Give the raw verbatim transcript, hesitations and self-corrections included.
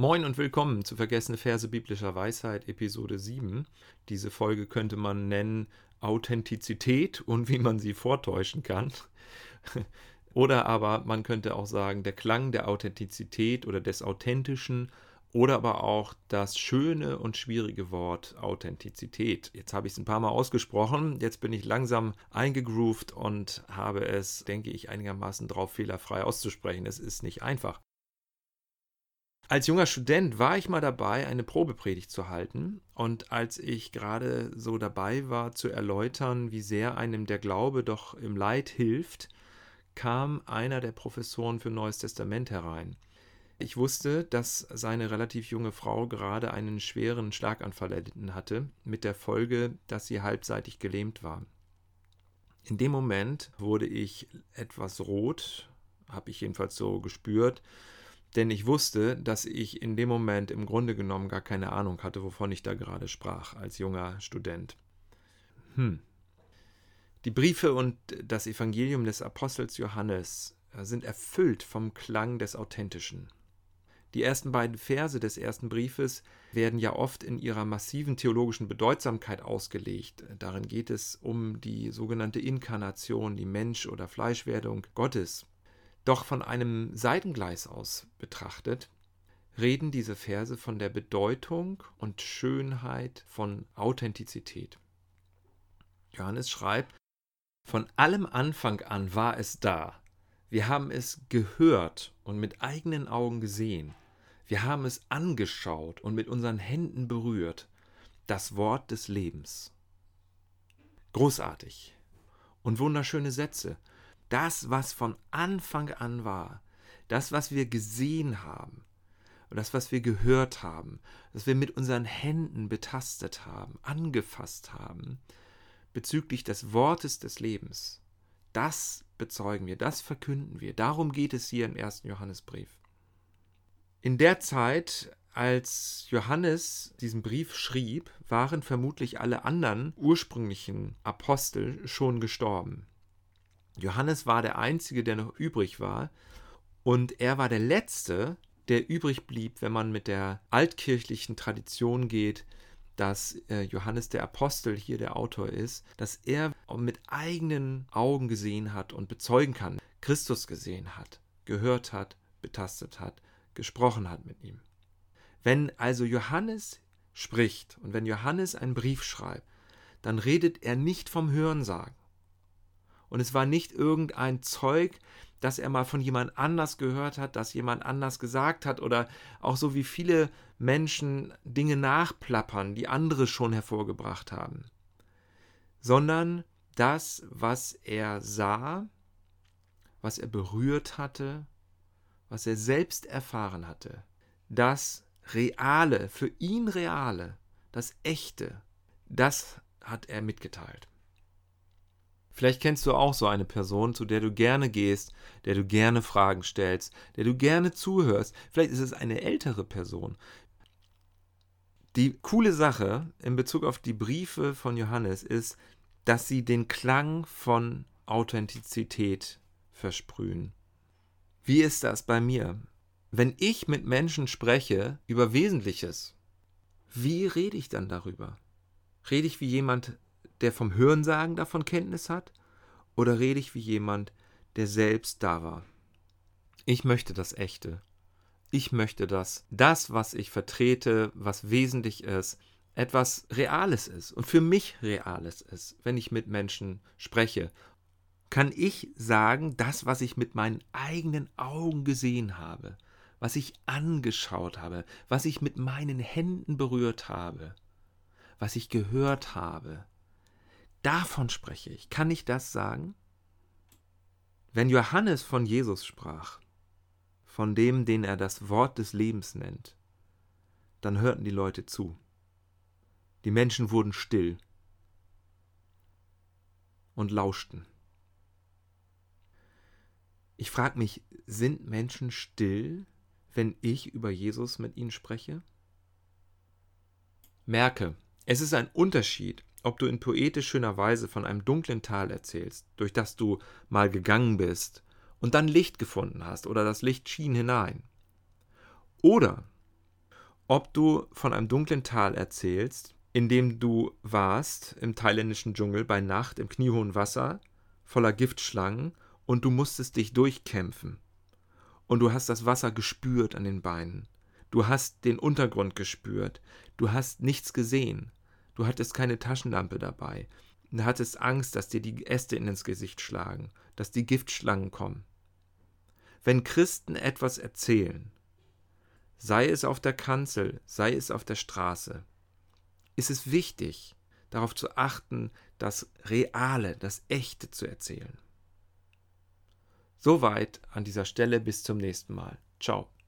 Moin und willkommen zu Vergessene Verse biblischer Weisheit, Episode sieben. Diese Folge könnte man nennen Authentizität und wie man sie vortäuschen kann. Oder aber man könnte auch sagen, der Klang der Authentizität oder des Authentischen oder aber auch das schöne und schwierige Wort Authentizität. Jetzt habe ich es ein paar Mal ausgesprochen, jetzt bin ich langsam eingegroovt und habe es, denke ich, einigermaßen drauf fehlerfrei auszusprechen. Es ist nicht einfach. Als junger Student war ich mal dabei, eine Probepredigt zu halten, und als ich gerade so dabei war zu erläutern, wie sehr einem der Glaube doch im Leid hilft, kam einer der Professoren für Neues Testament herein. Ich wusste, dass seine relativ junge Frau gerade einen schweren Schlaganfall erlitten hatte, mit der Folge, dass sie halbseitig gelähmt war. In dem Moment wurde ich etwas rot, habe ich jedenfalls so gespürt, denn ich wusste, dass ich in dem Moment im Grunde genommen gar keine Ahnung hatte, wovon ich da gerade sprach, als junger Student. Hm. Die Briefe und das Evangelium des Apostels Johannes sind erfüllt vom Klang des Authentischen. Die ersten beiden Verse des ersten Briefes werden ja oft in ihrer massiven theologischen Bedeutsamkeit ausgelegt. Darin geht es um die sogenannte Inkarnation, die Mensch- oder Fleischwerdung Gottes. Doch von einem Seitengleis aus betrachtet, reden diese Verse von der Bedeutung und Schönheit von Authentizität. Johannes schreibt: Von allem Anfang an war es da. Wir haben es gehört und mit eigenen Augen gesehen. Wir haben es angeschaut und mit unseren Händen berührt. Das Wort des Lebens. Großartig und wunderschöne Sätze. Das, was von Anfang an war, das, was wir gesehen haben und das, was wir gehört haben, das wir mit unseren Händen betastet haben, angefasst haben, bezüglich des Wortes des Lebens, das bezeugen wir, das verkünden wir. Darum geht es hier im ersten Johannesbrief. In der Zeit, als Johannes diesen Brief schrieb, waren vermutlich alle anderen ursprünglichen Apostel schon gestorben. Johannes war der Einzige, der noch übrig war, und er war der Letzte, der übrig blieb, wenn man mit der altkirchlichen Tradition geht, dass Johannes der Apostel hier der Autor ist, dass er mit eigenen Augen gesehen hat und bezeugen kann, Christus gesehen hat, gehört hat, betastet hat, gesprochen hat mit ihm. Wenn also Johannes spricht und wenn Johannes einen Brief schreibt, dann redet er nicht vom Hörensagen. Und es war nicht irgendein Zeug, das er mal von jemand anders gehört hat, das jemand anders gesagt hat, oder auch so wie viele Menschen Dinge nachplappern, die andere schon hervorgebracht haben. Sondern das, was er sah, was er berührt hatte, was er selbst erfahren hatte, das Reale, für ihn Reale, das Echte, das hat er mitgeteilt. Vielleicht kennst du auch so eine Person, zu der du gerne gehst, der du gerne Fragen stellst, der du gerne zuhörst. Vielleicht ist es eine ältere Person. Die coole Sache in Bezug auf die Briefe von Johannes ist, dass sie den Klang von Authentizität versprühen. Wie ist das bei mir? Wenn ich mit Menschen spreche über Wesentliches, wie rede ich dann darüber? Rede ich wie jemand, der vom Hörensagen davon Kenntnis hat, oder rede ich wie jemand, der selbst da war? Ich möchte das Echte. Ich möchte, dass das, was ich vertrete, was wesentlich ist, etwas Reales ist und für mich Reales ist. Wenn ich mit Menschen spreche, kann ich sagen, das, was ich mit meinen eigenen Augen gesehen habe, was ich angeschaut habe, was ich mit meinen Händen berührt habe, was ich gehört habe, davon spreche ich. Kann ich das sagen? Wenn Johannes von Jesus sprach, von dem, den er das Wort des Lebens nennt, dann hörten die Leute zu. Die Menschen wurden still und lauschten. Ich frage mich, sind Menschen still, wenn ich über Jesus mit ihnen spreche? Merke, es ist ein Unterschied, ob du in poetisch schöner Weise von einem dunklen Tal erzählst, durch das du mal gegangen bist und dann Licht gefunden hast oder das Licht schien hinein. Oder ob du von einem dunklen Tal erzählst, in dem du warst im thailändischen Dschungel bei Nacht im kniehohen Wasser voller Giftschlangen und du musstest dich durchkämpfen und du hast das Wasser gespürt an den Beinen. Du hast den Untergrund gespürt. Du hast nichts gesehen. Du hattest keine Taschenlampe dabei. Du hattest Angst, dass dir die Äste ins Gesicht schlagen, dass die Giftschlangen kommen. Wenn Christen etwas erzählen, sei es auf der Kanzel, sei es auf der Straße, ist es wichtig, darauf zu achten, das Reale, das Echte zu erzählen. Soweit an dieser Stelle, bis zum nächsten Mal. Ciao.